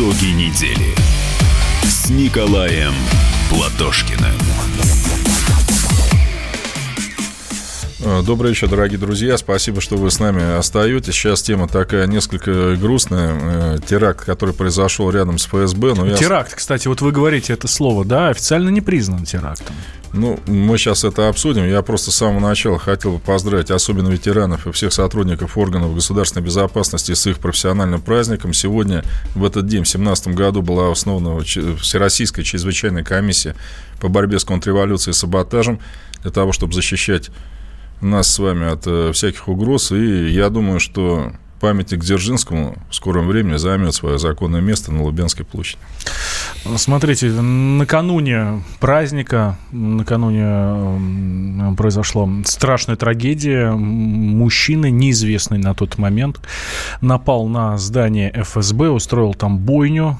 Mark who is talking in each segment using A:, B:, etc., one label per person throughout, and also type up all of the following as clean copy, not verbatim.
A: Итоги недели с Николаем Платошкиным.
B: Добрый вечер, дорогие друзья. Спасибо, что вы с нами остаетесь. Сейчас тема такая несколько грустная. Теракт, который произошел рядом с ФСБ.
C: Теракт, кстати, вот вы говорите это слово, да, официально не признан терактом.
B: Мы сейчас это обсудим. Я просто с самого начала хотел бы поздравить особенно ветеранов и всех сотрудников органов государственной безопасности с их профессиональным праздником. Сегодня, в этот день, в 2017 году, была основана Всероссийская чрезвычайная комиссия по борьбе с контрреволюцией и саботажем для того, чтобы защищать нас с вами от всяких угроз. И я думаю, что памятник Дзержинскому в скором времени займет свое законное место на Лубянской площади.
C: Смотрите, накануне праздника, произошла страшная трагедия. Мужчина, неизвестный на тот момент, напал на здание ФСБ, устроил там бойню.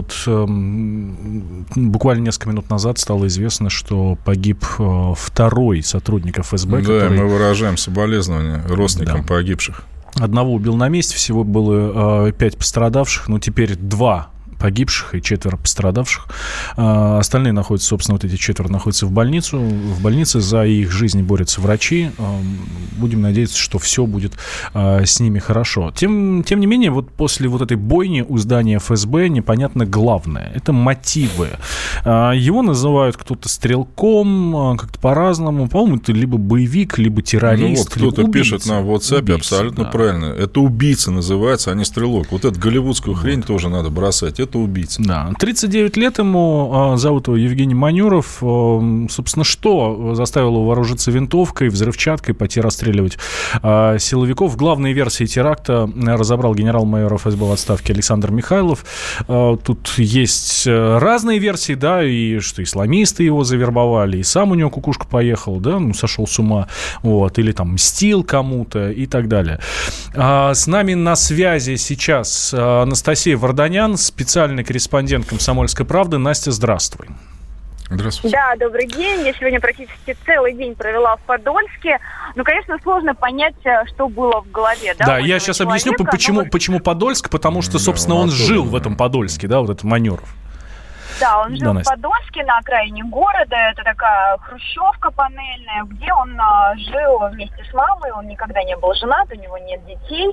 C: Буквально несколько минут назад стало известно, что погиб второй сотрудник ФСБ.
B: Да, мы выражаем соболезнования родственникам погибших.
C: Одного убил на месте, всего было 5 пострадавших, но теперь 2 погибших и 4 пострадавших. Остальные находятся, собственно, вот эти 4 находятся в больнице. За их жизнь борются врачи. Будем надеяться, что все будет с ними хорошо. Тем не менее, вот после вот этой бойни у здания ФСБ непонятно главное. Это мотивы. Его называют кто-то стрелком, как-то по-разному. По-моему, это либо боевик, либо террорист.
B: Кто-то пишет на WhatsApp абсолютно правильно. Это убийца называется, а не стрелок. Вот эту голливудскую хрень тоже надо бросать. Это убийца.
C: Да, 39 лет ему, зовут его Евгений Манюров. Собственно, что заставило его вооружиться винтовкой, взрывчаткой, пойти расстреливать силовиков? Главные версии теракта разобрал генерал-майор ФСБ в отставке Александр Михайлов. Тут есть разные версии, да, и что исламисты его завербовали, и сам у него кукушка поехал, да, сошел с ума, или там мстил кому-то и так далее. С нами на связи сейчас Анастасия Варданян, специальный корреспондент «Комсомольской правды». Настя, здравствуй.
B: Здравствуйте.
D: Да, добрый день. Я сегодня практически целый день провела в Подольске. Конечно, сложно понять, что было в голове.
C: Да, я сейчас объясню, почему Подольск, потому что, собственно, он жил в этом Подольске, да, вот этот Манюров.
D: Да, он жил в Подольске, на окраине города. Это такая хрущевка панельная, где он жил вместе с мамой. Он никогда не был женат, у него нет детей.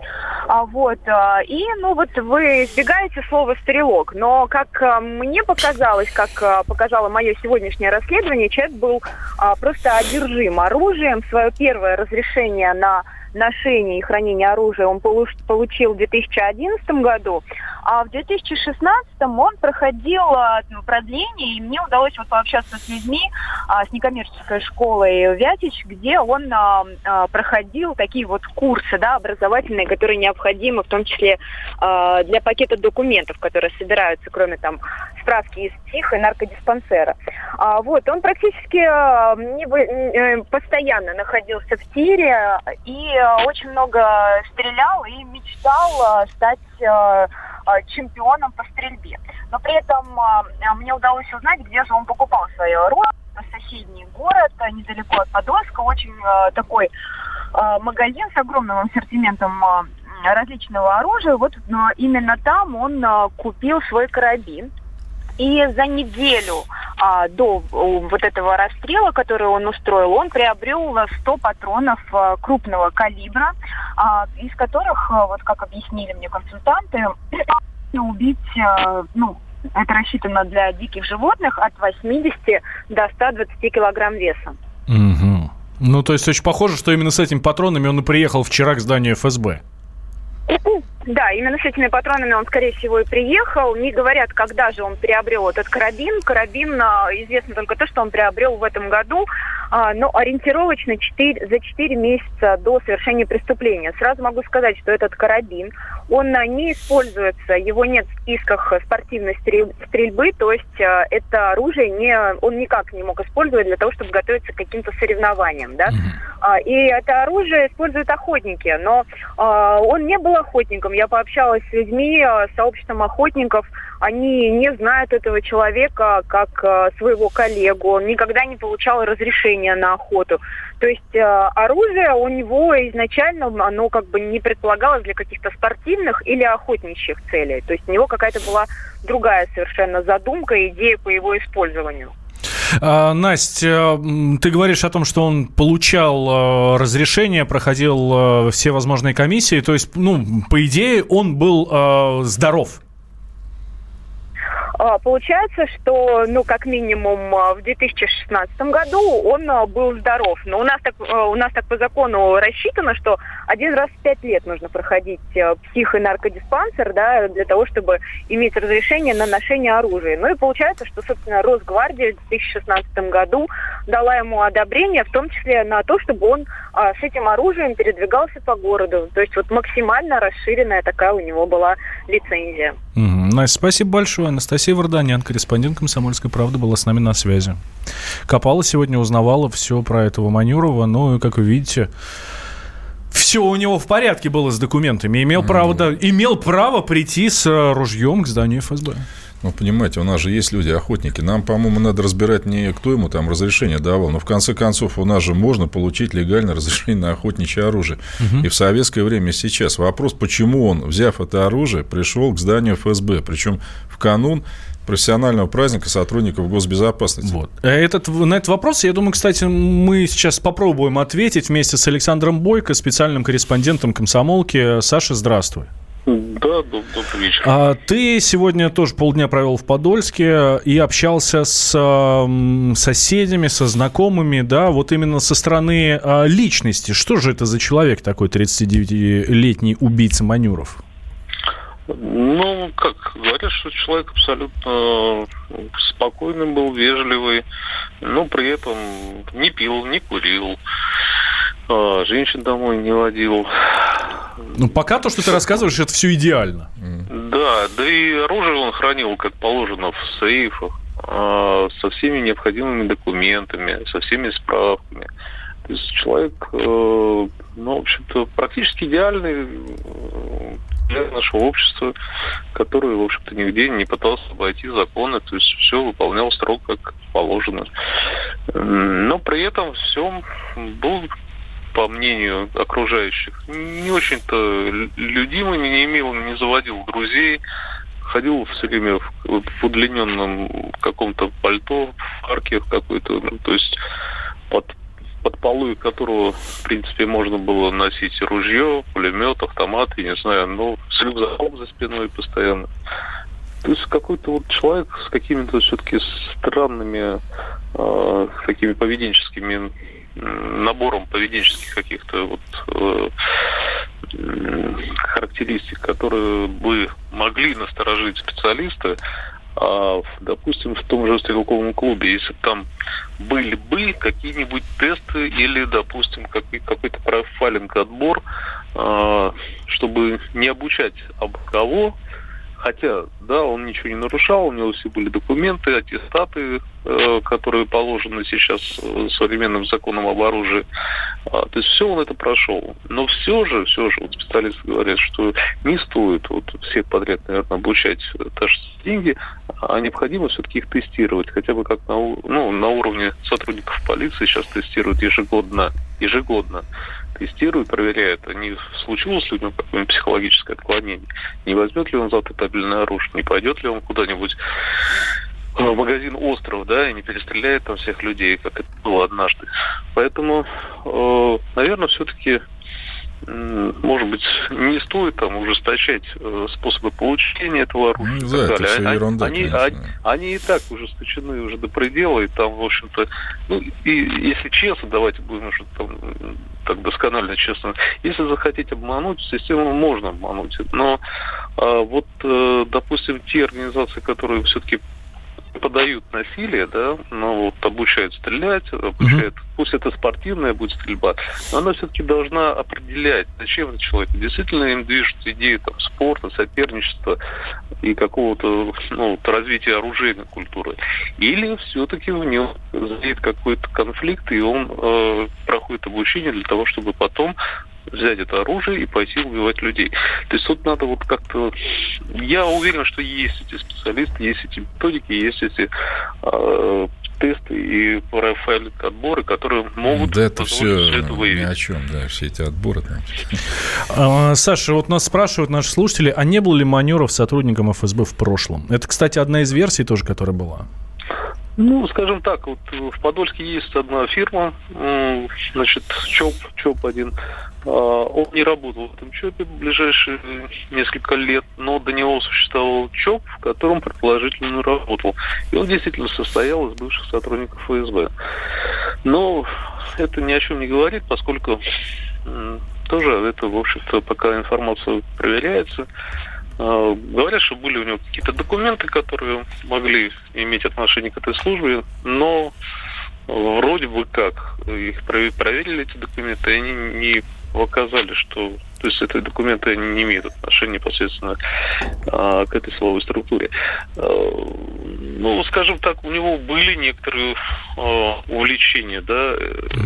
D: И, вы избегаете слова «стрелок». Но, как мне показалось, как показало мое сегодняшнее расследование, человек был просто одержим оружием. Свое первое разрешение на ношение и хранение оружия он получил в 2011 году, а в 2016 он проходил продление, и мне удалось пообщаться с людьми с некоммерческой школой Вятич, где он проходил такие курсы, образовательные, которые необходимы, в том числе для пакета документов, которые собираются, кроме справки из ТИХ и наркодиспансера. Он практически постоянно находился в тире и очень много стрелял и мечтал стать чемпионом по стрельбе. Но при этом мне удалось узнать, где же он покупал свое оружие. Соседний город, недалеко от Подольска, очень такой магазин с огромным ассортиментом различного оружия. Именно там он купил свой карабин. И за неделю до этого расстрела, который он устроил, он приобрел 100 патронов крупного калибра, из которых, как объяснили мне консультанты, убить, это рассчитано для диких животных, от 80 до 120 килограмм веса.
C: Угу. То есть очень похоже, что именно с этими патронами он и приехал вчера к зданию ФСБ.
D: Да, именно с этими патронами он, скорее всего, и приехал. Не говорят, когда же он приобрел этот карабин. Карабин, известно только то, что он приобрел в этом году, но ориентировочно за 4 месяца до совершения преступления. Сразу могу сказать, что этот карабин, он не используется, его нет в списках спортивной стрельбы, то есть это оружие он никак не мог использовать для того, чтобы готовиться к каким-то соревнованиям, да. И это оружие используют охотники. Но он не был охотником. Я пообщалась с людьми, с сообществом охотников. Они не знают этого человека как своего коллегу. Он никогда не получал разрешения на охоту. То есть оружие у него изначально, оно как бы не предполагалось для каких-то спортивных или охотничьих целей. То есть у него какая-то была другая совершенно задумка, идея по его использованию.
C: Настя, ты говоришь о том, что он получал разрешение, проходил все возможные комиссии. То есть, по идее, он был здоров.
D: Получается, что, как минимум в 2016 году он был здоров. Но у нас так по закону рассчитано, что один раз в 5 лет нужно проходить псих- и наркодиспансер, да, для того, чтобы иметь разрешение на ношение оружия. И получается, что, собственно, Росгвардия в 2016 году дала ему одобрение, в том числе на то, чтобы он с этим оружием передвигался по городу. То есть максимально расширенная такая у него была лицензия.
C: Настя, спасибо большое. Анастасия Варданян, корреспондент «Комсомольской правды», была с нами на связи. Копала сегодня, узнавала все про этого Манюрова. И, как вы видите, все у него в порядке было с документами. Имел право прийти с ружьем к зданию ФСБ.
B: Понимаете, у нас же есть люди, охотники. Нам, по-моему, надо разбирать не кто ему там разрешение давал, но в конце концов у нас же можно получить легальное разрешение на охотничье оружие. И в советское время, и сейчас. Вопрос, почему он, взяв это оружие, пришел к зданию ФСБ, причем в канун профессионального праздника сотрудников госбезопасности.
C: На этот вопрос, я думаю, кстати, мы сейчас попробуем ответить вместе с Александром Бойко, специальным корреспондентом «Комсомолки». Саша, здравствуй.
E: Да, добрый вечер.
C: Ты сегодня тоже полдня провел в Подольске и общался с соседями, со знакомыми, да, вот именно со стороны личности. Что же это за человек такой, 39-летний убийца Манюров?
E: Говорят, что человек абсолютно спокойный был, вежливый, но при этом не пил, не курил, женщин домой не водил.
C: Пока то, что ты рассказываешь, это все идеально.
E: Да и оружие он хранил, как положено, в сейфах, со всеми необходимыми документами, со всеми справками. То есть человек, в общем-то, практически идеальный для нашего общества, который, в общем-то, нигде не пытался обойти законы, то есть все выполнял строго, как положено. Но при этом всем был, по мнению окружающих, не очень-то людимым, не заводил друзей, ходил все время в удлиненном каком-то пальто, в парке в какой-то, то есть под полы которого, в принципе, можно было носить ружье, пулемет, автомат, я не знаю, с рюкзаком за спиной постоянно. То есть какой-то человек с какими-то все-таки странными такими поведенческими набором поведенческих каких-то характеристик, которые бы могли насторожить специалиста. Допустим, в том же стрелковом клубе, если бы там были бы какие-нибудь тесты или, допустим, какой-то профайлинг, отбор, чтобы не обучать кого, хотя, да, он ничего не нарушал, у него все были документы, аттестаты, которые положены сейчас современным законом об оружии. То есть все он это прошел. Но все же, специалисты говорят, что не стоит всех подряд, наверное, обучать даже деньги, а необходимо все-таки их тестировать. Хотя бы как на уровне сотрудников полиции сейчас тестируют ежегодно тестируют, проверяют, не случилось ли у него какое-нибудь психологическое отклонение, не возьмет ли он завтра табельное оружие, не пойдет ли он куда-нибудь в магазин «Остров», да, и не перестреляет там всех людей, как это было однажды. Поэтому, наверное, все-таки, может быть, не стоит там ужесточать способы получения этого оружия.
B: Да, это все ерунда,
E: они и так ужесточены уже до предела, и там, в общем-то, и если честно, давайте будем уже там так досконально честно, если захотеть обмануть, систему можно обмануть. Но допустим, те организации, которые все-таки подают насилие, да, но вот обучают стрелять, обучают, пусть это спортивная будет стрельба, но она все-таки должна определять, зачем этот человек. Действительно им движет идеи там, спорта, соперничества и какого-то развития оружейной культуры. Или все-таки в нем зреет какой-то конфликт, и он проходит обучение для того, чтобы потом взять это оружие и пойти убивать людей. То есть тут надо вот как-то... Я уверен, что есть эти специалисты, есть эти методики, есть эти тесты и профайлинг отборы, которые могут...
B: Да это все ни о чем, да, все эти отборы.
C: Саша, вот нас спрашивают наши слушатели, а не было ли маневров сотрудникам ФСБ в прошлом? Это, кстати, одна из версий тоже, которая была.
E: Ну, скажем так, вот в Подольске есть одна фирма, значит, ЧОП один. Он не работал в этом ЧОПе в ближайшие несколько лет, но до него существовал ЧОП, в котором предположительно работал. И он действительно состоял из бывших сотрудников ФСБ. Но это ни о чем не говорит, поскольку тоже это, в общем-то, пока информация проверяется. Говорят, что были у него какие-то документы, которые могли иметь отношение к этой службе, но вроде бы как их проверили, эти документы, и они не показали, что... То есть эти документы не имеют отношения непосредственно к этой силовой структуре. Ну, скажем так, у него были некоторые увлечения, да,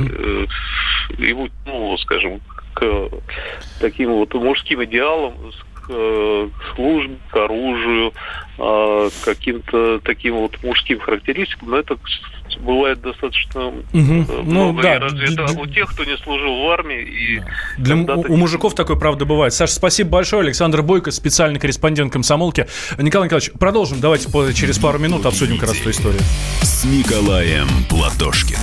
E: его, скажем, к таким вот мужским идеалам, к службе, к оружию, к каким-то таким вот мужским характеристикам, но это бывает достаточно много. Да, у тех, кто не служил в армии. И
C: у мужиков такое, правда, бывает. Саша, спасибо большое. Александр Бойко, специальный корреспондент «Комсомолки». Николай Николаевич, продолжим. Давайте через пару минут обсудим как раз эту историю.
A: С Николаем Платошкиным.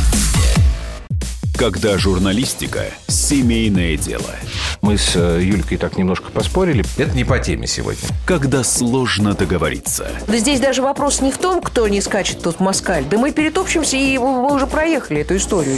A: Когда журналистика – семейное дело.
F: Мы с Юлькой так немножко поспорили. Это не по теме сегодня.
A: Когда сложно договориться.
G: Да здесь даже вопрос не в том, кто не скачет тут москаль. Да мы перетопчемся, и мы уже проехали эту историю.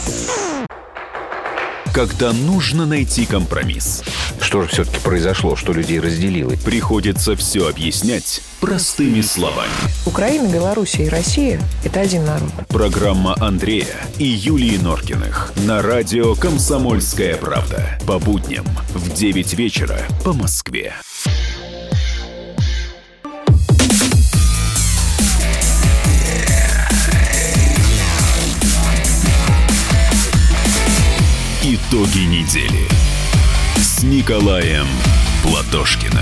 A: Когда нужно найти компромисс.
F: Что же все-таки произошло, что людей разделило?
A: Приходится все объяснять простыми словами.
G: Украина, Белоруссия и Россия – это один народ.
A: Программа Андрея и Юлии Норкиных на радио «Комсомольская правда». По будням в 9 вечера по Москве. Итоги недели с Николаем Платошкиным.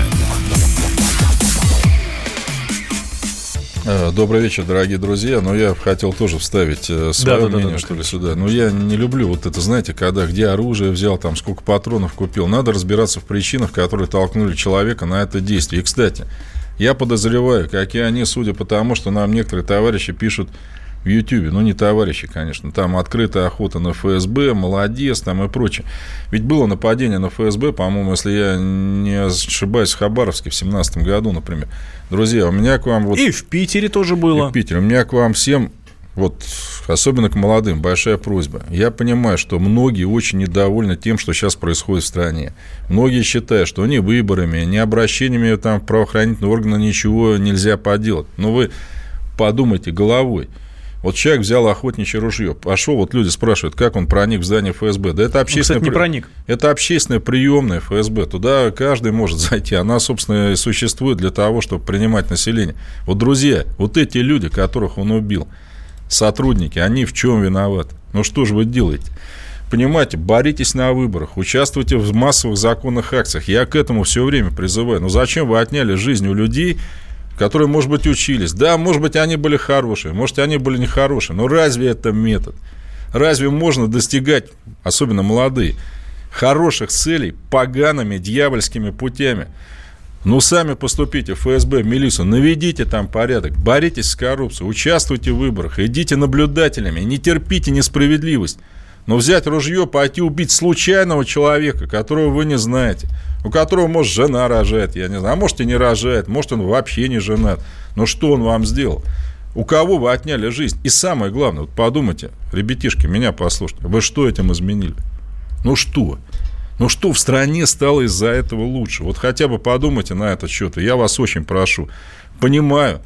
B: Добрый вечер, дорогие друзья. Но я хотел тоже вставить свое мнение, что ли, сюда. Но я не люблю вот это, знаете, когда где оружие взял, там сколько патронов купил. Надо разбираться в причинах, которые толкнули человека на это действие. И, кстати, я подозреваю, как и они, судя по тому, что нам некоторые товарищи пишут в Ютьюбе, ну, не товарищи, конечно, там открытая охота на ФСБ, молодец, там и прочее. Ведь было нападение на ФСБ, по-моему, если я не ошибаюсь, в Хабаровске в 2017 году, например. Друзья, у меня к вам...
C: И в Питере тоже было.
B: И в Питере. У меня к вам всем, вот, особенно к молодым, большая просьба. Я понимаю, что многие очень недовольны тем, что сейчас происходит в стране. Многие считают, что ни выборами, ни обращениями там, в правоохранительные органы ничего нельзя поделать. Но вы подумайте головой. Вот человек взял охотничье ружье, пошел, вот люди спрашивают, как он проник в здание ФСБ. Да это общественное,
C: кстати, не проник.
B: Это общественное приемное ФСБ. Туда каждый может зайти. Она, собственно, и существует для того, чтобы принимать население. Вот, друзья, вот эти люди, которых он убил, сотрудники, они в чем виноваты? Ну что же вы делаете? Понимаете, боритесь на выборах, участвуйте в массовых законных акциях. Я к этому все время призываю. Но зачем вы отняли жизнь у людей, которые, может быть, учились? Да, может быть, они были хорошие, может, они были нехорошие. Но разве это метод? Разве можно достигать, особенно молодые, хороших целей погаными дьявольскими путями? Ну, сами поступите в ФСБ, в милицию, наведите там порядок, боритесь с коррупцией, участвуйте в выборах, идите наблюдателями, не терпите несправедливость. Но взять ружье, пойти убить случайного человека, которого вы не знаете, у которого, может, жена рожает, я не знаю, а может, и не рожает, может, он вообще не женат. Но что он вам сделал? У кого вы отняли жизнь? И самое главное, вот подумайте, ребятишки, меня послушайте, вы что этим изменили? Ну что? Ну что в стране стало из-за этого лучше? Вот хотя бы подумайте на этот счет, и я вас очень прошу. Понимаю,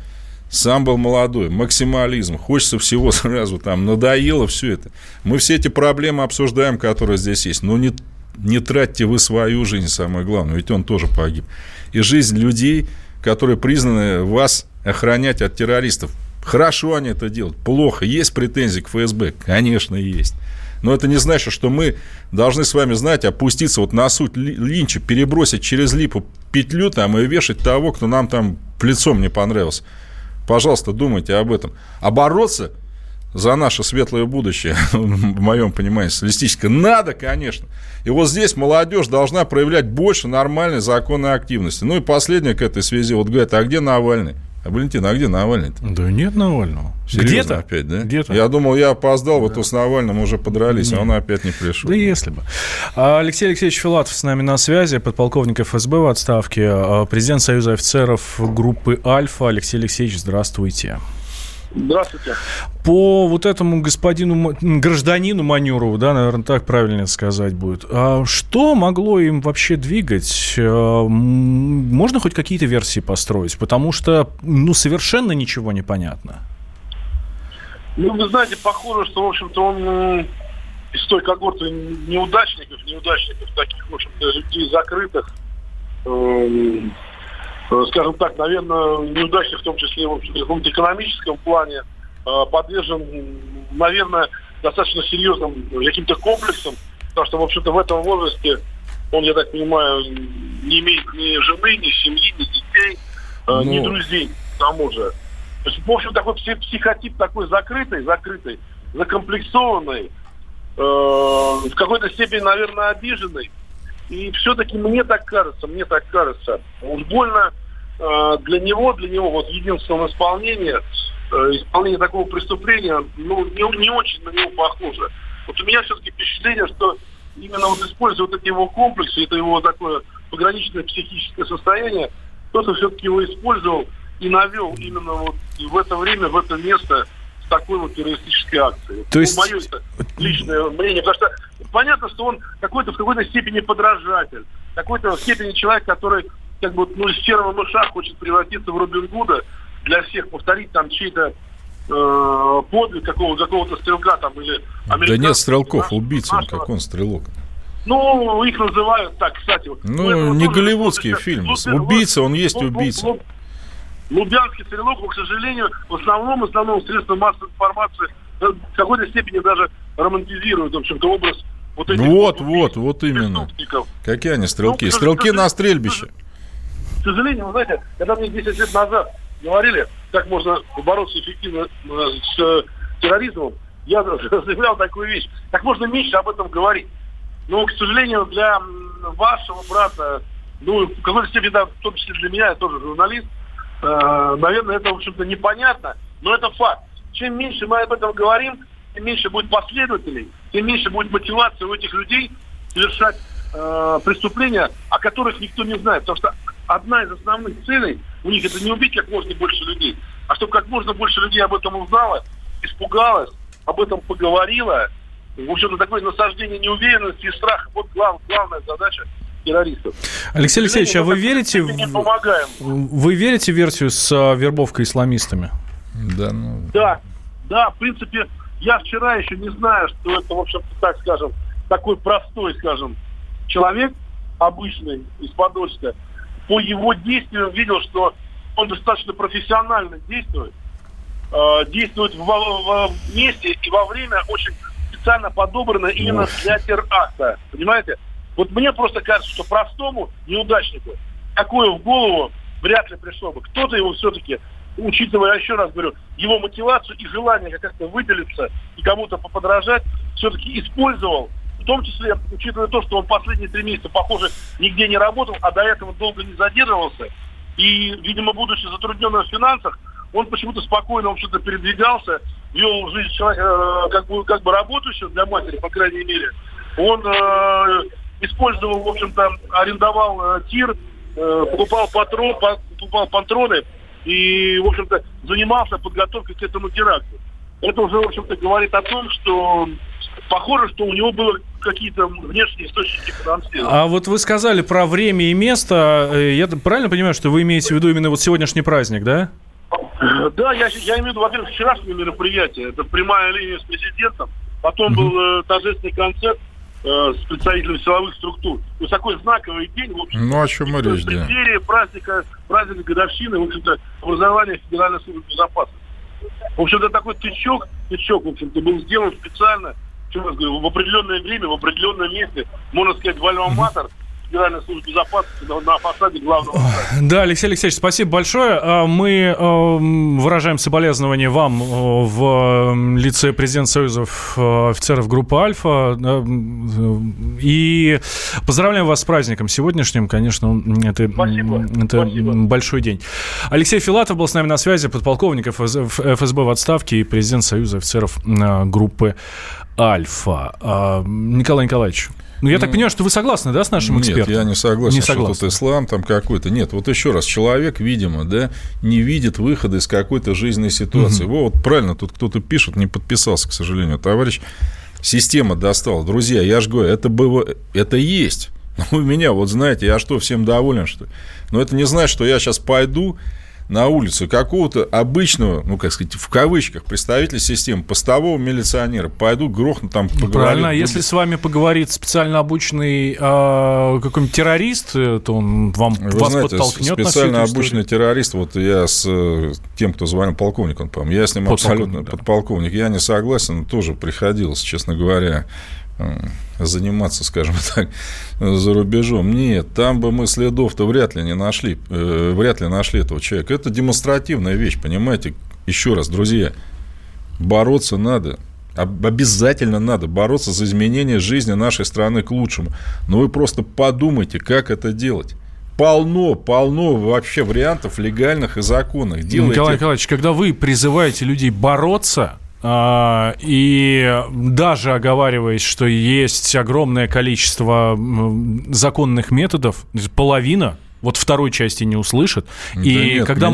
B: Сам был молодой, максимализм, хочется всего сразу, там, надоело все это. Мы все эти проблемы обсуждаем, которые здесь есть, но не тратьте вы свою жизнь, самое главное, ведь он тоже погиб. И жизнь людей, которые признаны вас охранять от террористов. Хорошо они это делают, плохо. Есть претензии к ФСБ? Конечно, есть. Но это не значит, что мы должны с вами, знаете, опуститься вот на суть линча, перебросить через липу петлю там и вешать того, кто нам там лицом не понравился. Пожалуйста, думайте об этом. А бороться за наше светлое будущее, в моем понимании, социалистическое, надо, конечно. И вот здесь молодежь должна проявлять больше нормальной законной активности. Ну и последнее к этой связи. Вот говорят, а где Навальный? А, Валентин, а где Навальный-то?
C: Да нет Навального.
B: Серьезно
C: Где-то?
B: Опять, да?
C: Где-то.
B: Я думал, я опоздал, вот с Навальным уже подрались, а он опять не пришел.
C: Да если бы. Алексей Алексеевич Филатов с нами на связи, подполковник ФСБ в отставке, президент Союза офицеров группы «Альфа». Алексей Алексеевич, здравствуйте.
H: Здравствуйте.
C: По вот этому гражданину Манюрову, да, наверное, так правильно сказать будет, что могло им вообще двигать? Можно хоть какие-то версии построить? Потому что, совершенно ничего не понятно.
H: Вы знаете, похоже, что, в общем-то, он из той когорты неудачников, таких, в общем-то, людей закрытых, скажем так, наверное, неудачных, в том числе в каком-то экономическом плане, подвержен, наверное, достаточно серьезным каким-то комплексам, потому что, в общем-то, в этом возрасте он, я так понимаю, не имеет ни жены, ни семьи, ни детей, ни друзей, к тому же. То есть, в общем, такой психотип такой закрытый, закомплексованный, в какой-то степени, наверное, обиженный. И все-таки мне так кажется, уж больно для него вот в единственном исполнение такого преступления, не очень на него похоже. Вот у меня все-таки впечатление, что именно вот используя вот эти его комплексы, это его такое пограничное психическое состояние, кто-то все-таки его использовал и навел именно вот в это время, в это место с такой вот террористической акцией.
C: То есть...
H: Мое личное мнение, потому что понятно, что он в какой-то степени подражатель, в какой-то степени человек, который как бы из серого мыша хочет превратиться в Робин Гуда для всех, повторить там чей-то подвиг какого-то стрелка там или американского. Да
B: нет стрелков, убийца, как он стрелок.
H: Их называют так, кстати.
B: Не голливудские фильмы. Убийца, он есть убийца.
H: Лубянский стрелок, к сожалению, в основном средства массовой информации в какой-то степени даже романтизируют, в общем-то, образ вот этих
B: вот именно. Какие они стрелки? Стрелки на стрельбище.
H: К сожалению, вы знаете, когда мне 10 лет назад говорили, как можно бороться эффективно с терроризмом, я заявлял такую вещь. Как можно меньше об этом говорить. Но, к сожалению, для вашего брата, в какой-то степени, да, в том числе для меня, я тоже журналист, наверное, это, в общем-то, непонятно, но это факт. Чем меньше мы об этом говорим, тем меньше будет последователей, тем меньше будет мотивация у этих людей совершать преступления, о которых никто не знает. Потому что одна из основных целей у них это не убить как можно больше людей, а чтобы как можно больше людей об этом узнало, испугалось, об этом поговорило. В общем-то, такое насаждение неуверенности и страха. Вот главная задача террористов.
C: Алексей Алексеевич, а вы верите в версию с вербовкой исламистами?
H: Да, в принципе, я вчера еще не знаю, что это, в общем-то, так скажем, такой простой, скажем, человек, обычный, из Подольска. По его действиям видел, что он достаточно профессионально действует в месте и во время очень специально подобрано именно для теракта. Понимаете? Вот мне просто кажется, что простому неудачнику такое в голову вряд ли пришло бы. Кто-то его все-таки, учитывая, еще раз говорю, его мотивацию и желание как-то выделиться и кому-то поподражать, все-таки использовал. В том числе, учитывая то, что он последние 3 месяца, похоже, нигде не работал, а до этого долго не задерживался. И, видимо, будучи затрудненным в финансах, он почему-то спокойно, в общем-то, передвигался, вел жизнь человека, как бы работающего для матери, по крайней мере. Он использовал, в общем-то, арендовал тир, покупал патроны и, в общем-то, занимался подготовкой к этому теракту. Это уже, в общем-то, говорит о том, что похоже, что у него было какие-то внешние источники финансирования.
C: А вот вы сказали про время и место. Я правильно понимаю, что вы имеете в виду именно вот сегодняшний праздник, да?
H: Да, я имею в виду, во-первых, вчерашнее мероприятие. Это прямая линия с президентом. Потом был торжественный концерт с представителями силовых структур. То есть такой знаковый день, в общем.
B: Ну, о чем и речь, да.
H: В преддверии праздника годовщины, в общем-то, образования Федеральной службы безопасности. В общем-то, такой тычок, в общем-то, был сделан специально, еще раз говорю, в определенное время, в определенном месте, можно сказать, в альма-матер Федеральной службы безопасности на фасаде главного здания.
C: Да, Алексей Алексеевич, спасибо большое. Мы выражаем соболезнования вам в лице президента Союза офицеров группы «Альфа». И поздравляем вас с праздником сегодняшним. Конечно, это большой день. Алексей Филатов был с нами на связи, подполковник ФСБ в отставке и президент Союза офицеров группы «Альфа». Николай Николаевич, я так понимаю, что вы согласны, да, с нашим экспертом?
B: Нет, я не согласен, что тут ислам там какой-то. Нет, вот еще раз, человек, видимо, да, не видит выхода из какой-то жизненной ситуации. Вот правильно, тут кто-то пишет, не подписался, к сожалению, товарищ. Система достала. Друзья, я же говорю, это есть. Но у меня, вот знаете, я что, всем доволен, что ли? Но это не значит, что я сейчас пойду на улицу какого-то обычного, ну, как сказать, в кавычках, представителя системы, постового милиционера, пойду грохну там, поговорю.
C: Правильно, если с вами поговорит специально обученный какой-нибудь террорист, то он вас подтолкнет.
B: Специально обученный террорист, вот я с тем, кто звонил, полковник, он, по-моему, я с ним абсолютно, подполковник, я не согласен, тоже приходилось, честно говоря, заниматься, скажем так, за рубежом. Нет, там бы мы следов-то вряд ли нашли этого человека. Это демонстративная вещь, понимаете? Еще раз, друзья, бороться надо. Обязательно надо бороться за изменение жизни нашей страны к лучшему. Но вы просто подумайте, как это делать. Полно вообще вариантов легальных и законных.
C: Николай Николаевич, когда вы призываете людей бороться, и даже оговариваясь, что есть огромное количество законных методов, половина вот второй части не услышит. Да и нет, когда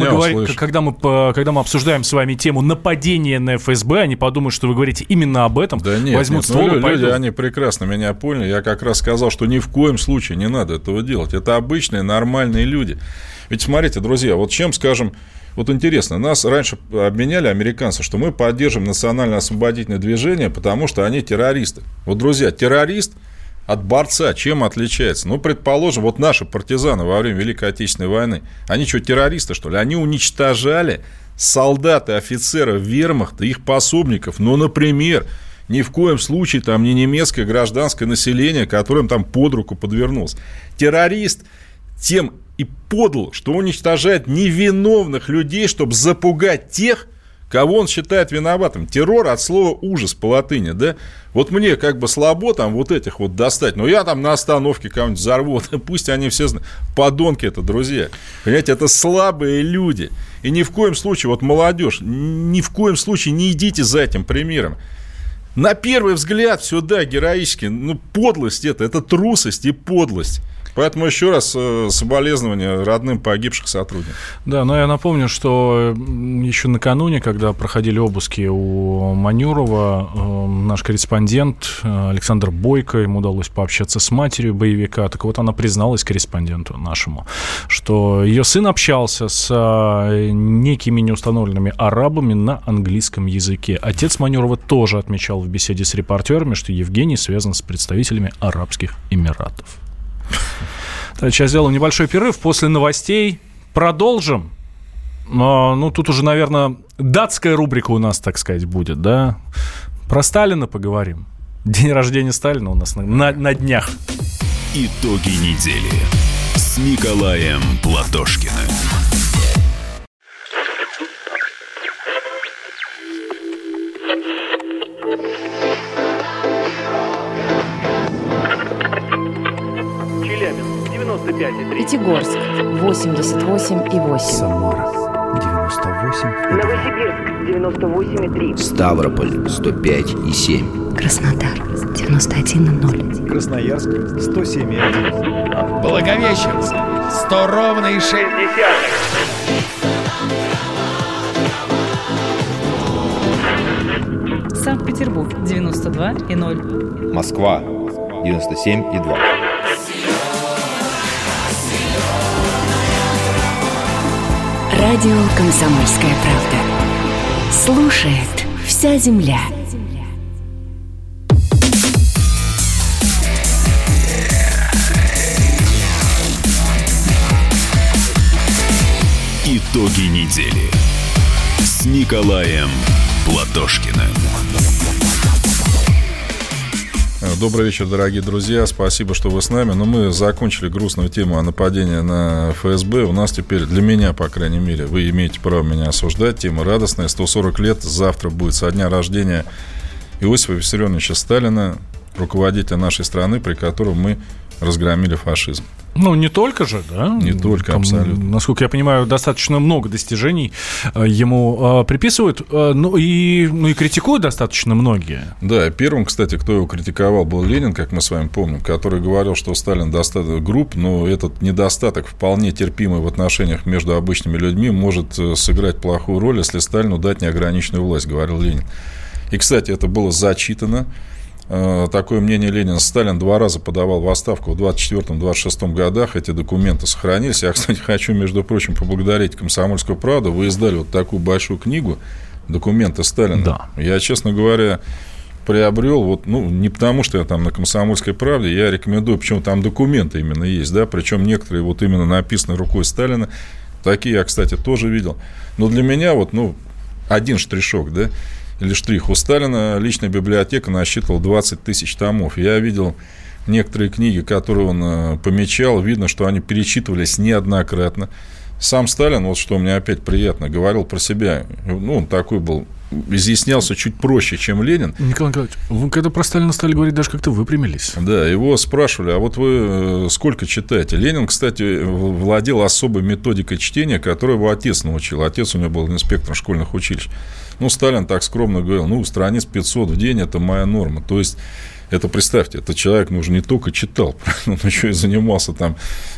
C: мы обсуждаем с вами тему нападения на ФСБ, они подумают, что вы говорите именно об этом,
B: да нет,
C: возьмут ствол и пойдут.
B: Люди, они прекрасно меня поняли. Я как раз сказал, что ни в коем случае не надо этого делать. Это обычные, нормальные люди. Ведь смотрите, друзья, вот чем, скажем, вот интересно, нас раньше обвиняли американцы, что мы поддерживаем национально-освободительное движение, потому что они террористы. Вот, друзья, террорист от борца чем отличается? Ну, предположим, вот наши партизаны во время Великой Отечественной войны, они что, террористы, что ли? Они уничтожали солдат и офицеров вермахта, их пособников. Ну, например, ни в коем случае там не немецкое гражданское население, которым там под руку подвернулось. Террорист тем и подл, что уничтожает невиновных людей, чтобы запугать тех, кого он считает виноватым. Террор от слова ужас по латыни, да? Вот мне как бы слабо там вот этих вот достать, но я там на остановке кого-нибудь взорву, пусть они все знают. Подонки это, друзья. Понимаете, это слабые люди. И ни в коем случае, вот молодежь, ни в коем случае не идите за этим примером. На первый взгляд все, да, героически, ну, подлость это трусость и подлость. Поэтому еще раз соболезнования родным погибших сотрудников.
C: Да, но я напомню, что еще накануне, когда проходили обыски у Манюрова, наш корреспондент Александр Бойко, ему удалось пообщаться с матерью боевика, так вот она призналась корреспонденту нашему, что ее сын общался с некими неустановленными арабами на английском языке. Отец Манюрова тоже отмечал в беседе с репортерами, что Евгений связан с представителями Арабских Эмиратов. Сейчас сделаем небольшой перерыв. После новостей продолжим. Ну, тут уже, наверное, датская рубрика у нас, так сказать, будет, да? Про Сталина поговорим. День рождения Сталина у нас на днях.
A: Итоги недели с Николаем Платошкиным.
I: Пятигорск 88,8.
J: Самара 98,2.
K: Новосибирск 98,3.
L: Ставрополь 105,7.
I: Краснодар 91,0.
J: Красноярск 107,1.
M: Благовещенск 100,6.
I: Санкт-Петербург 92,0.
N: Москва 97,2.
O: Радио «Комсомольская правда». Слушает вся земля.
A: Итоги недели с Николаем Платошкиным.
B: Добрый вечер, дорогие друзья. Спасибо, что вы с нами. Но мы закончили грустную тему о нападении на ФСБ. У нас теперь, для меня, по крайней мере, вы имеете право меня осуждать. Тема радостная. 140 лет. Завтра будет со дня рождения Иосифа Виссарионовича Сталина, руководителя нашей страны, при котором мы разгромили фашизм.
C: Ну, не только же, да?
B: Не только, там, абсолютно.
C: Насколько я понимаю, достаточно много достижений ему приписывают, ну и критикуют достаточно многие.
B: Да, первым, кстати, кто его критиковал, был Ленин, как мы с вами помним, который говорил, что Сталин достаточно груб, но этот недостаток, вполне терпимый в отношениях между обычными людьми, может сыграть плохую роль, если Сталину дать неограниченную власть, говорил Ленин. И, кстати, это было зачитано. Такое мнение Ленина. Сталин 2 раза подавал в отставку в 24-26 годах. Эти документы сохранились. Я, кстати, хочу, между прочим, поблагодарить «Комсомольскую правду». Вы издали вот такую большую книгу «Документы Сталина».
C: Да.
B: Я, честно говоря, приобрел, вот, ну, не потому, что я там на «Комсомольской правде», я рекомендую, почему там документы именно есть, да, причем некоторые вот именно написаны рукой Сталина. Такие я, кстати, тоже видел. Но для меня вот, ну, один штришок, да, или штрих. У Сталина личная библиотека насчитывала 20 тысяч томов. Я видел некоторые книги, которые он помечал. Видно, что они перечитывались неоднократно. Сам Сталин, вот что мне опять приятно, говорил про себя. Ну, он такой был, изъяснялся чуть проще, чем Ленин.
C: Николай Николаевич, вы когда про Сталина стали говорить, даже как-то выпрямились.
B: Да, его спрашивали, а вот вы сколько читаете? Ленин, кстати, владел особой методикой чтения, которую его отец научил. Отец у него был инспектором школьных училищ. Ну, Сталин так скромно говорил, ну, страниц 500 в день – это моя норма. То есть, это, представьте, этот человек, ну, уже не только читал, он еще и занимался там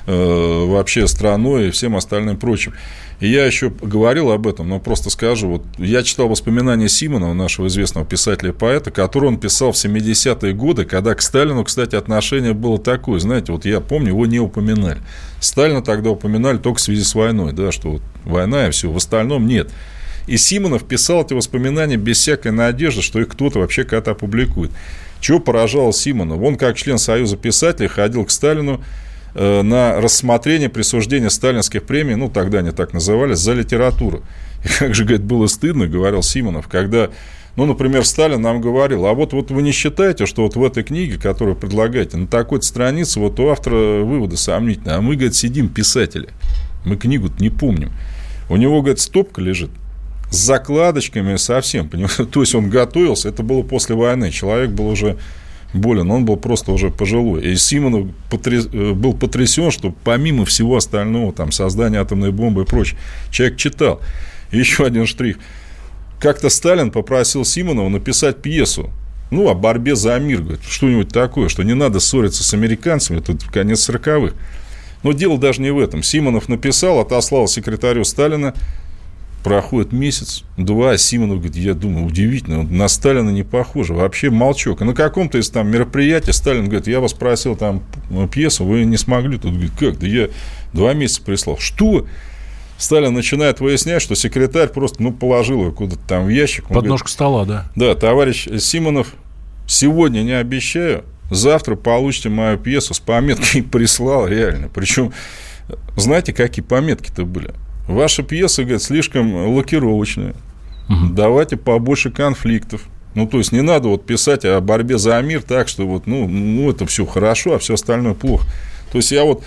B: вообще страной и всем остальным прочим. И я еще говорил об этом, но просто скажу, вот я читал воспоминания Симонова, нашего известного писателя и поэта, который он писал в 70-е годы, когда к Сталину, кстати, отношение было такое, знаете, вот я помню, его не упоминали. Сталина тогда упоминали только в связи с войной, да, что вот война и все, в остальном нет. И Симонов писал эти воспоминания без всякой надежды, что их кто-то вообще когда-то опубликует. Чего поражало Симонова? Он, как член Союза писателей, ходил к Сталину на рассмотрение присуждения сталинских премий, ну, тогда они так назывались, за литературу. И как же, говорит, было стыдно, говорил Симонов, когда, ну, например, Сталин нам говорил, а вот вы не считаете, что вот в этой книге, которую предлагаете, на такой-то странице вот у автора выводы сомнительные, а мы, говорит, сидим писатели, мы книгу-то не помним. У него, говорит, стопка лежит с закладочками совсем, понимаете? То есть он готовился, это было после войны, человек был уже болен, он был просто уже пожилой. И Симонов был потрясен, что помимо всего остального, там, создания атомной бомбы и прочее, человек читал. И еще один штрих. Как-то Сталин попросил Симонова написать пьесу, ну, о борьбе за мир, говорит, что-нибудь такое, что не надо ссориться с американцами, это конец 40-х. Но дело даже не в этом. Симонов написал, отослал секретарю Сталина. Проходит месяц, 2, Симонов говорит, я думаю, удивительно, на Сталина не похоже, вообще молчок. И на каком-то из там мероприятий Сталин говорит, я вас просил там пьесу, вы не смогли. Тут говорит, как, да я 2 месяца прислал. Что? Сталин начинает выяснять, что секретарь просто, ну, положил его куда-то там в ящик.
C: Под ножку стола, да.
B: Да, товарищ Симонов, сегодня не обещаю, завтра получите мою пьесу с пометкой, прислал, реально. Причем, знаете, какие пометки-то были? Ваша пьеса, говорит, слишком лакировочная. Давайте побольше конфликтов. Ну, то есть, не надо вот писать о борьбе за мир так, что вот, ну это все хорошо, а все остальное плохо. То есть, я вот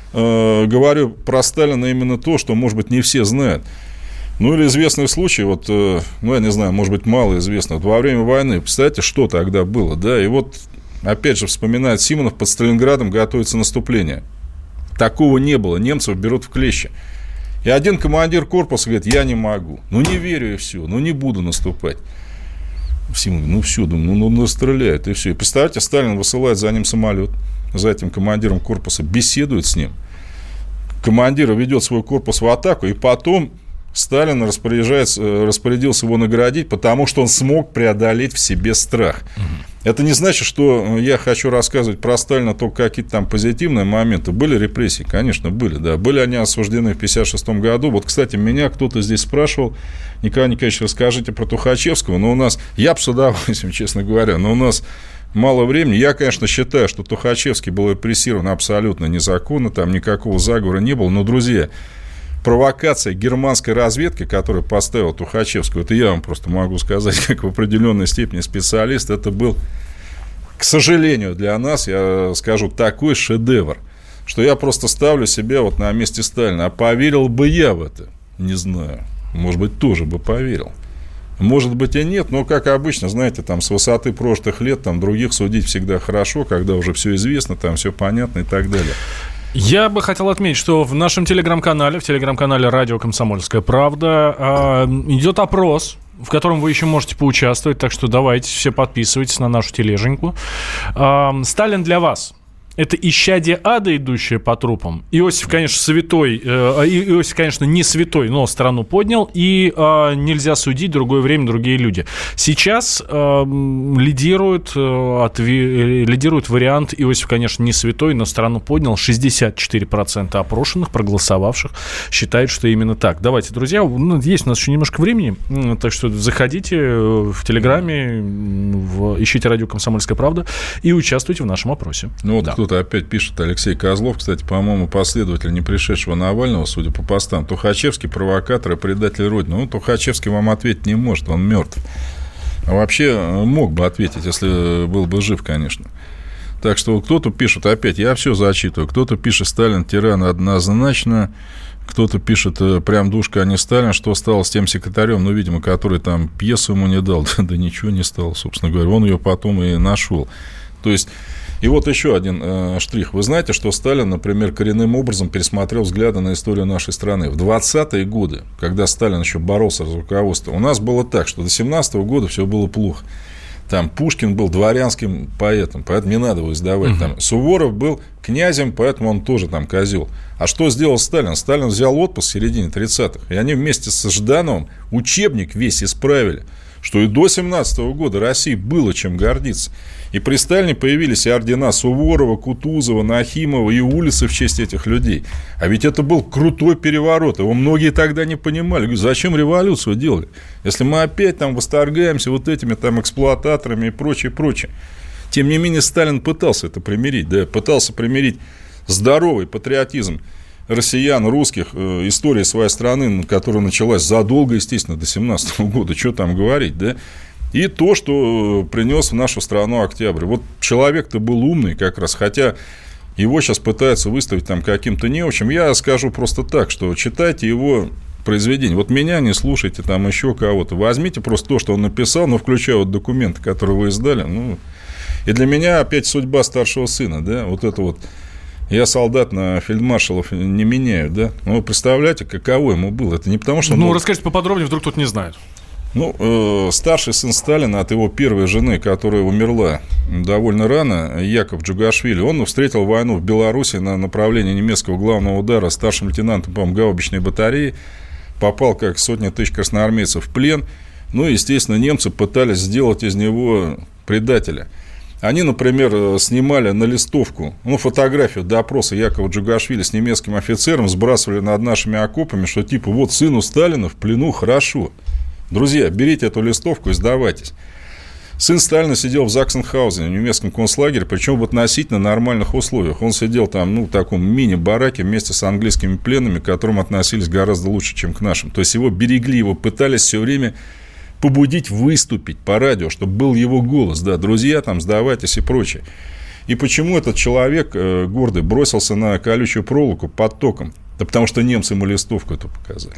B: говорю про Сталина именно то, что, может быть, не все знают. Ну, или известный случай, вот, ну, я не знаю, может быть, мало известно. Вот во время войны, представляете, что тогда было, да? И вот, опять же, вспоминает Симонов, под Сталинградом готовится наступление. Такого не было, немцев берут в клещи. И один командир корпуса говорит, я не могу. Ну, не верю и все. Ну, не буду наступать. Симон, ну, все, думаю, ну, настреляют, и все. И представьте, Сталин высылает за ним самолет, за этим командиром корпуса, беседует с ним. Командир ведет свой корпус в атаку, и потом Сталин распорядился его наградить, потому что он смог преодолеть в себе страх. Это не значит, что я хочу рассказывать про Сталина только какие-то там позитивные моменты. Были репрессии, конечно, были, да. Были они осуждены в 1956 году. Вот, кстати, меня кто-то здесь спрашивал: Николай Николаевич, расскажите про Тухачевского. Но у нас, я бы с удовольствием, честно говоря, но у нас мало времени. Я, конечно, считаю, что Тухачевский был репрессирован абсолютно незаконно, там никакого заговора не было. Но, друзья, провокация германской разведки, которая поставила Тухачевского, это я вам просто могу сказать, как в определенной степени специалист, это был, к сожалению, для нас, я скажу, такой шедевр, что я просто ставлю себя вот на месте Сталина. А поверил бы я в это? Не знаю. Может быть, тоже бы поверил. Может быть, и нет, но, как обычно, знаете, там с высоты прошлых лет там других судить всегда хорошо, когда уже все известно, там все понятно и так далее.
C: Я бы хотел отметить, что в нашем телеграм-канале, в телеграм-канале «Радио Комсомольская правда» идет опрос, в котором вы еще можете поучаствовать, так что давайте все подписывайтесь на нашу тележеньку. Сталин для вас. Это исчадие ада, идущее по трупам. Иосиф, конечно, святой. Иосиф, конечно, не святой, но страну поднял. И нельзя судить, другое время, другие люди. Сейчас лидирует вариант: Иосиф, конечно, не святой, но страну поднял. 64% опрошенных, проголосовавших, считают, что именно так. Давайте, друзья, есть у нас еще немножко времени, так что заходите в Телеграме, ищите «Радио Комсомольская правда» и участвуйте в нашем опросе.
B: Ну, да. Кто-то опять пишет, Алексей Козлов, кстати, по-моему, последователь не пришедшего Навального, судя по постам. Тухачевский провокатор и предатель Родины. Ну, Тухачевский вам ответить не может, он мертв. А вообще мог бы ответить, если был бы жив, конечно. Так что кто-то пишет, опять, я все зачитываю, кто-то пишет: Сталин тиран однозначно, кто-то пишет: прям душка, а не Сталин, что стало с тем секретарем, ну, видимо, который там пьесу ему не дал, да ничего не стало, собственно говоря, он ее потом и нашел. То есть, и вот еще один штрих. Вы знаете, что Сталин, например, коренным образом пересмотрел взгляды на историю нашей страны. В 20-е годы, когда Сталин еще боролся за руководство, у нас было так, что до 17-го года все было плохо. Там Пушкин был дворянским поэтом, поэтому не надо его издавать. Там Суворов был князем, поэтому он тоже там козел. А что сделал Сталин? Сталин взял отпуск в середине 30-х, и они вместе со Ждановым учебник весь исправили, что и до 17-го года России было чем гордиться. И при Сталине появились и ордена Суворова, Кутузова, Нахимова, и улицы в честь этих людей. А ведь это был крутой переворот. Его многие тогда не понимали. Говорю, зачем революцию делали? Если мы опять там восторгаемся вот этими там эксплуататорами и прочее, прочее. Тем не менее, Сталин пытался это примирить. Да, пытался примирить здоровый патриотизм россиян, русских, истории своей страны, которая началась задолго, естественно, до 17-го года. Что там говорить, да? И то, что принес в нашу страну Октябрь. Вот человек-то был умный как раз, хотя его сейчас пытаются выставить там каким-то неучим. Я скажу просто так, что читайте его произведения. Вот меня не слушайте, там еще кого-то. Возьмите просто то, что он написал, но включая вот документы, которые вы издали. Ну, и для меня опять судьба старшего сына, да, вот это вот. Я солдат на фельдмаршалов не меняю, да. Ну, вы представляете, каково ему было? Это не потому, что...
C: Ну, расскажите поподробнее, вдруг кто-то не знает.
B: Ну, старший сын Сталина от его первой жены, которая умерла довольно рано, Яков Джугашвили, он встретил войну в Беларуси на направлении немецкого главного удара старшим лейтенантом, по-моему, гаубичной батареи, попал, как сотни тысяч красноармейцев, в плен. Ну, естественно, немцы пытались сделать из него предателя. Они, например, снимали на листовку, фотографию допроса Якова Джугашвили с немецким офицером, сбрасывали над нашими окопами, что типа вот сыну Сталина в плену хорошо. Друзья, берите эту листовку и сдавайтесь. Сын Сталина сидел в Заксенхаузене, в немецком концлагере, причем в относительно нормальных условиях. Он сидел там, в таком мини-бараке вместе с английскими пленными, к которым относились гораздо лучше, чем к нашим. То есть его берегли, его пытались все время побудить выступить по радио, чтобы был его голос. Да, друзья, там, сдавайтесь и прочее. И почему этот человек гордый бросился на колючую проволоку под током? Да потому что немцы ему листовку эту показали.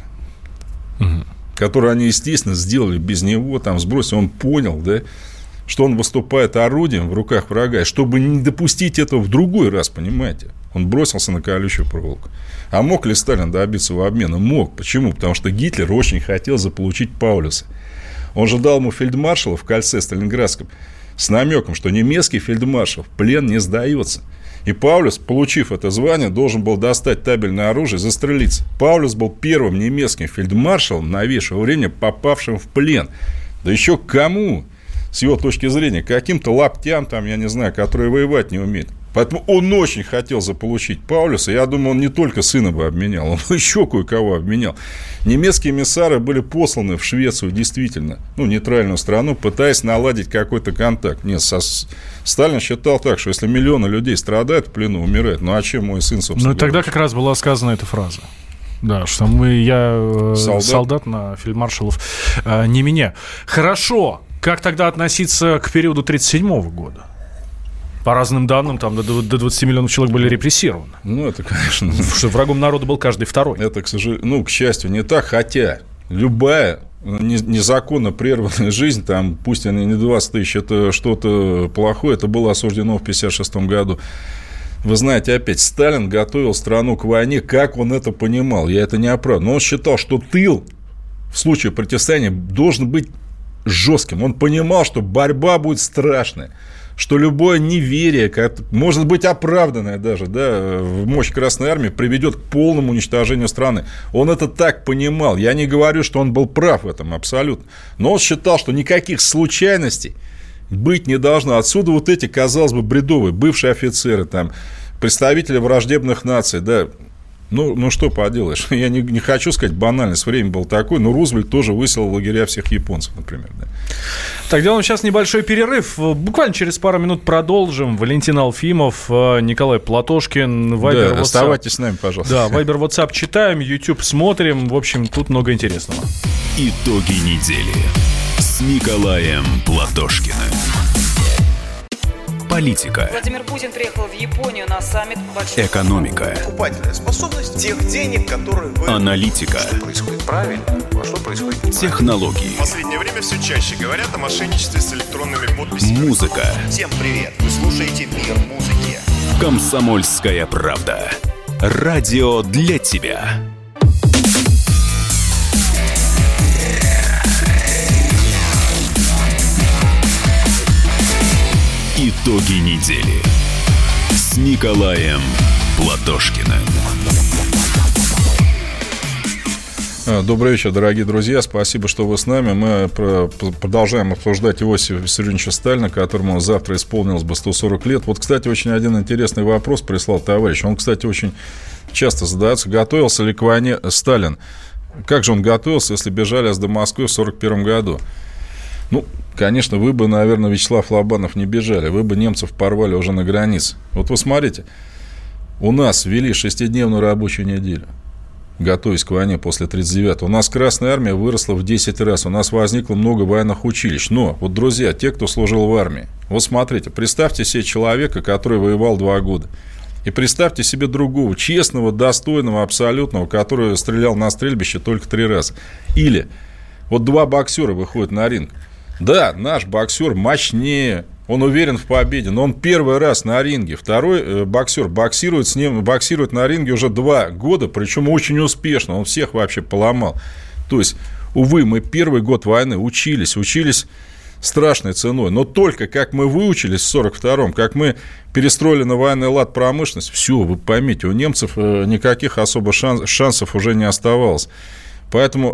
B: Которую они, естественно, сделали без него, там сбросили. Он понял, да, что он выступает орудием в руках врага. И чтобы не допустить этого в другой раз, понимаете, он бросился на колючую проволоку. А мог ли Сталин добиться его обмена? Мог. Почему? Потому что Гитлер очень хотел заполучить Паулюса. Он же дал ему фельдмаршала в кольце сталинградском с намеком, что немецкий фельдмаршал в плен не сдается. И Паулюс, получив это звание, должен был достать табельное оружие и застрелиться. Паулюс был первым немецким фельдмаршалом новейшего времени, попавшим в плен. Да еще кому? С его точки зрения, каким-то лаптям, там, я не знаю, которые воевать не умеют. Поэтому он очень хотел заполучить Паулюса. Я думаю, он не только сына бы обменял, он еще кое-кого обменял. Немецкие эмиссары были посланы в Швецию, действительно, нейтральную страну, пытаясь наладить какой-то контакт. Нет, Сталин считал так, что если миллионы людей страдают в плену, умирают, а чем мой сын, собственно?
C: Тогда как раз была сказана эта фраза. Да, что я солдат на фельдмаршалов не меня. Хорошо. Как тогда относиться к периоду 1937 года? По разным данным, там до 20 миллионов человек были репрессированы.
B: Это, конечно...
C: Что врагом народа был каждый второй.
B: Это, к сожалению, к счастью, не так. Хотя любая незаконно прерванная жизнь, там, пусть они не 20 тысяч, это что-то плохое, это было осуждено в 1956 году. Вы знаете, опять, Сталин готовил страну к войне, как он это понимал. Я это не оправдываю. Но он считал, что тыл в случае противостояния должен быть жестким. Он понимал, что борьба будет страшная, что любое неверие, может быть оправданное даже, в мощь Красной Армии, приведет к полному уничтожению страны. Он это так понимал. Я не говорю, что он был прав в этом абсолютно. Но он считал, что никаких случайностей быть не должно. Отсюда вот эти, казалось бы, бредовые, бывшие офицеры, там, представители враждебных наций, что поделаешь. Я не хочу сказать банальность, время было такое, но Рузвельт тоже выселил в лагеря всех японцев, например. Да.
C: Так, делаем сейчас небольшой перерыв. Буквально через пару минут продолжим. Валентин Алфимов, Николай Платошкин, Вайбер, WhatsApp.
B: Оставайтесь с нами, пожалуйста.
C: Да, Вайбер, WhatsApp читаем, YouTube смотрим. В общем, тут много интересного.
A: Итоги недели с Николаем Платошкиным. Политика.
P: Владимир Путин приехал в Японию на саммит большой...
A: Экономика.
Q: Покупательная способность тех денег, которые вы...
A: Аналитика.
Q: Что происходит правильно, а что происходит неправильно.
A: Технологии.
Q: В последнее время все чаще говорят о мошенничестве с электронными подписями.
A: Музыка.
Q: Всем привет. Вы слушаете «Мир музыки».
A: Комсомольская правда. Радио для тебя. Итоги недели с Николаем Платошкиным.
B: Добрый вечер, дорогие друзья. Спасибо, что вы с нами. Мы продолжаем обсуждать Иосифа Виссарионовича Сталина, которому завтра исполнилось бы 140 лет. Вот, кстати, очень один интересный вопрос прислал товарищ. Он, кстати, очень часто задается. Готовился ли к войне Сталин? Как же он готовился, если бежали до Москвы в 1941 году? Конечно, вы бы, наверное, Вячеслав Лобанов не бежали. Вы бы немцев порвали уже на границе. Вот вы смотрите. У нас ввели 6-дневную рабочую неделю, готовясь к войне после 1939. У нас Красная Армия выросла в 10 раз. У нас возникло много военных училищ. Но, вот, друзья, те, кто служил в армии, вот смотрите, представьте себе человека, который воевал 2 года. И представьте себе другого, честного, достойного, абсолютного, который стрелял на стрельбище только 3 раза. Или вот 2 боксера выходят на ринг. Да, наш боксер мощнее, он уверен в победе, но он первый раз на ринге. Второй боксер боксирует на ринге уже 2 года, причем очень успешно, он всех вообще поломал. То есть, увы, мы первый год войны учились страшной ценой, но только как мы выучились в 1942-м, как мы перестроили на военный лад промышленность, все, вы поймите, у немцев никаких особо шансов уже не оставалось. Поэтому,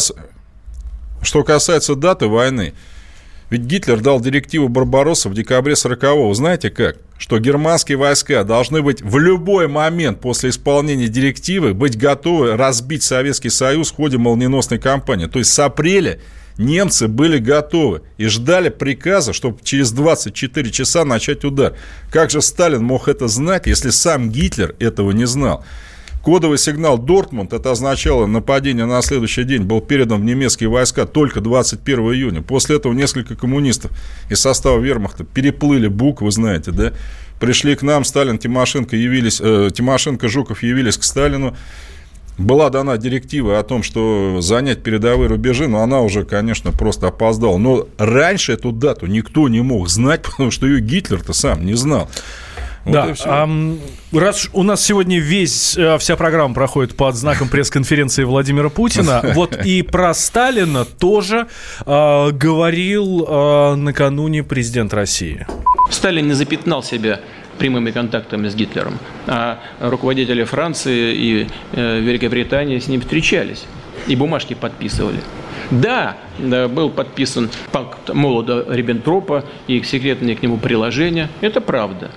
B: что касается даты войны, ведь Гитлер дал директиву Барбаросса в декабре 1940-го. Знаете как? Что германские войска должны быть в любой момент после исполнения директивы быть готовы разбить Советский Союз в ходе молниеносной кампании. То есть с апреля немцы были готовы и ждали приказа, чтобы через 24 часа начать удар. Как же Сталин мог это знать, если сам Гитлер этого не знал? Кодовый сигнал «Дортмунд», это означало, нападение на следующий день, был передан в немецкие войска только 21 июня. После этого несколько коммунистов из состава вермахта переплыли Буг, вы знаете, да? Пришли к нам, Сталин, Тимошенко, Жуков явились к Сталину. Была дана директива о том, что занять передовые рубежи, но она уже, конечно, просто опоздала. Но раньше эту дату никто не мог знать, потому что ее Гитлер-то сам не знал. Вот
C: да, раз у нас сегодня вся программа проходит под знаком пресс-конференции Владимира Путина, вот и про Сталина тоже говорил накануне президент России.
R: Сталин не запятнал себя прямыми контактами с Гитлером, а руководители Франции и Великобритании с ним встречались и бумажки подписывали. Да, был подписан пакт Молотова-Риббентропа и секретные к нему приложения. Это правда.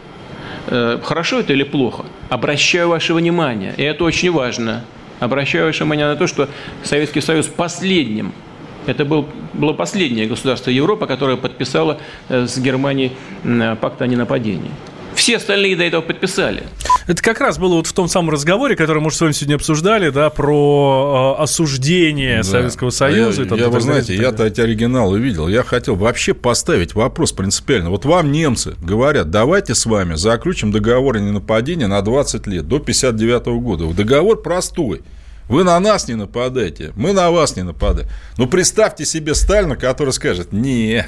R: Хорошо это или плохо? Обращаю ваше внимание, и это очень важно, обращаю ваше внимание на то, что Советский Союз последним, это было последнее государство Европы, которое подписало с Германией пакт о ненападении. Все остальные до этого подписали.
C: Это как раз было вот в том самом разговоре, который мы с вами сегодня обсуждали, да, про осуждение Советского Союза.
B: Вы знаете, я-то эти оригиналы видел. Я хотел вообще поставить вопрос принципиально. Вот вам немцы говорят, давайте с вами заключим договор о ненападении на 20 лет, до 1959 года. Договор простой. Вы на нас не нападайте, мы на вас не нападаем. Ну, представьте себе Сталина, который скажет, не,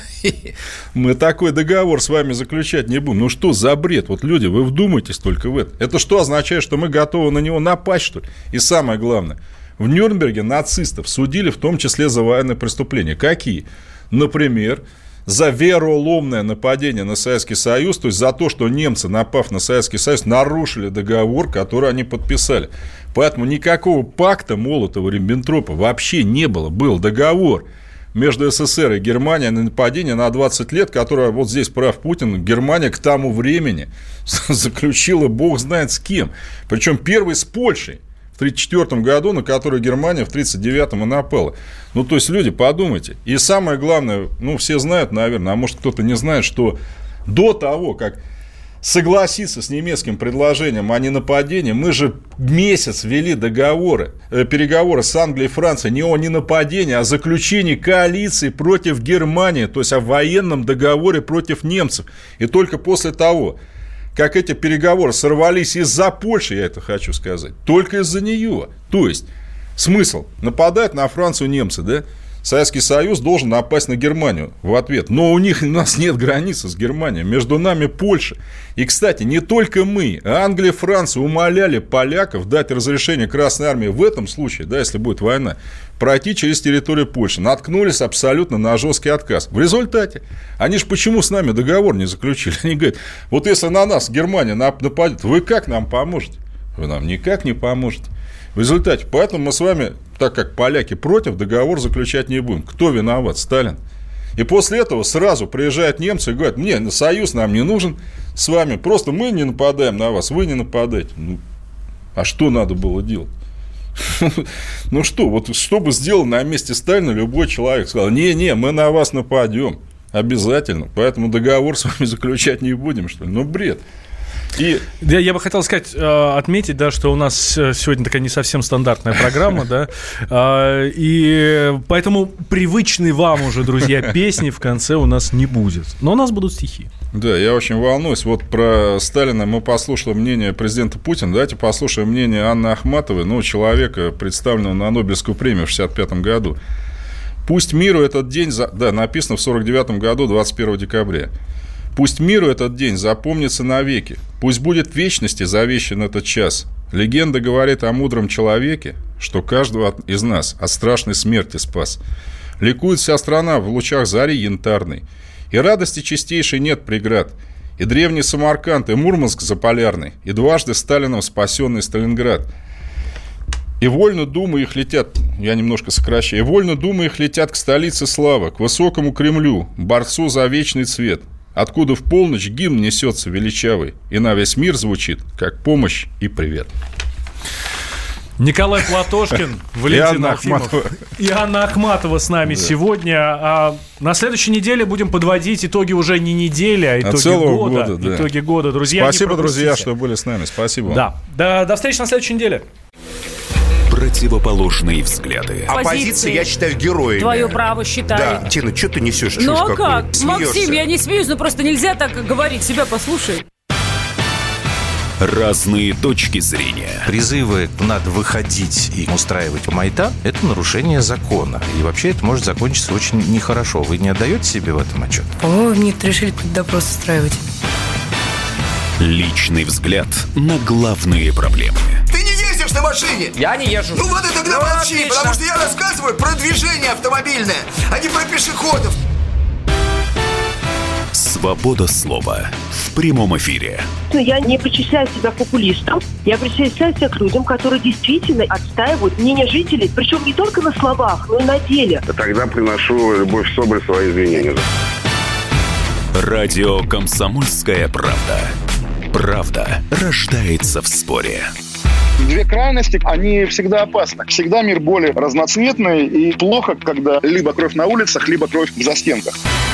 B: мы такой договор с вами заключать не будем. Ну, что за бред? Вот люди, вы вдумайтесь только в это. Это что означает, что мы готовы на него напасть, что ли? И самое главное, в Нюрнберге нацистов судили в том числе за военные преступления. Какие? Например, за вероломное нападение на Советский Союз, то есть за то, что немцы, напав на Советский Союз, нарушили договор, который они подписали. Поэтому никакого пакта Молотова-Риббентропа вообще не было. Был договор между СССР и Германией на нападение на 20 лет, которое, вот здесь прав Путин, Германия к тому времени заключила бог знает с кем. Причем первый с Польшей в 1934 году, на которую Германия в 1939 и напала. Ну, то есть, люди, подумайте. И самое главное, ну, все знают, наверное, а может, кто-то не знает, что до того, как согласиться с немецким предложением о ненападении, мы же месяц вели переговоры с Англией и Францией не о ненападении, а о заключении коалиции против Германии, то есть о военном договоре против немцев. И только после того, как эти переговоры сорвались из-за Польши, я это хочу сказать, только из-за нее. То есть, смысл нападать на Францию немцы, да? Советский Союз должен напасть на Германию в ответ. Но у нас нет границы с Германией. Между нами Польша. И, кстати, не только мы, а Англия и Франция умоляли поляков дать разрешение Красной Армии в этом случае, да, если будет война, пройти через территорию Польши. Наткнулись абсолютно на жесткий отказ. В результате, они же почему с нами договор не заключили? Они говорят, вот если на нас Германия нападет, вы как нам поможете? Вы нам никак не поможете. В результате, поэтому мы с вами, так как поляки против, договор заключать не будем. Кто виноват? Сталин. И после этого сразу приезжают немцы и говорят, не, союз нам не нужен с вами, просто мы не нападаем на вас, вы не нападаете. Ну, а что надо было делать? Ну что, вот что бы сделал на месте Сталина любой человек? Сказал, не, мы на вас нападем обязательно, поэтому договор с вами заключать не будем, что ли? Ну, бред.
C: И я бы хотел сказать, отметить, да, что у нас сегодня такая не совсем стандартная программа, да, и поэтому привычной вам уже, друзья, песни в конце у нас не будет, но у нас будут стихи.
B: Да, я очень волнуюсь. Вот про Сталина мы послушали мнение президента Путина. Давайте послушаем мнение Анны Ахматовой, человека, представленного на Нобелевскую премию в 1965 году. Пусть миру этот день, написано в 1949 году, 21 декабря. Пусть миру этот день запомнится навеки. Пусть будет в вечности завещан этот час. Легенда говорит о мудром человеке, что каждого из нас от страшной смерти спас. Ликует вся страна в лучах зари янтарной. И радости чистейшей нет преград. И древний Самарканд, и Мурманск заполярный, и дважды Сталином спасенный Сталинград. И вольно думы их летят, я немножко сокращаю, и вольно думы их летят к столице славы, к высокому Кремлю, борцу за вечный цвет, откуда в полночь гимн несется величавый, и на весь мир звучит, как помощь и привет.
C: Николай Платошкин, Валентин Акимов и Анна Ахматова с нами сегодня. А на следующей неделе будем подводить итоги уже не недели, а итоги года. Итоги года, друзья.
B: Спасибо, друзья, что были с нами. Спасибо.
C: Да. До встречи на следующей неделе.
A: Противоположные взгляды.
S: Оппозиция, я считаю, героями.
I: Твое право считаю.
S: Да, Тина, что ты несешь?
I: Ну а как? Максим, я не смеюсь, но просто нельзя так говорить. Себя послушай.
A: Разные точки зрения.
F: Призывы «надо выходить и устраивать майдан» — это нарушение закона. И вообще это может закончиться очень нехорошо. Вы не отдаете себе в этом отчет?
G: По-моему, нет, решили допрос устраивать.
A: Личный взгляд на главные проблемы.
S: Ты не ездишь на машине?
M: Я не езжу.
S: Ну вот и тогда молчи, потому что я рассказываю про движение автомобильное, а не про пешеходов.
A: С Свобода слова в прямом эфире.
T: Я не причисляю себя к популистам. Я причисляю себя к людям, которые действительно отстаивают мнение жителей. Причем не только на словах, но и на деле.
U: Тогда приношу Любовь Соболь свои извинения.
A: Радио «Комсомольская правда». Правда рождается в споре.
V: Две крайности, они всегда опасны. Всегда мир более разноцветный, и плохо, когда либо кровь на улицах, либо кровь в застенках.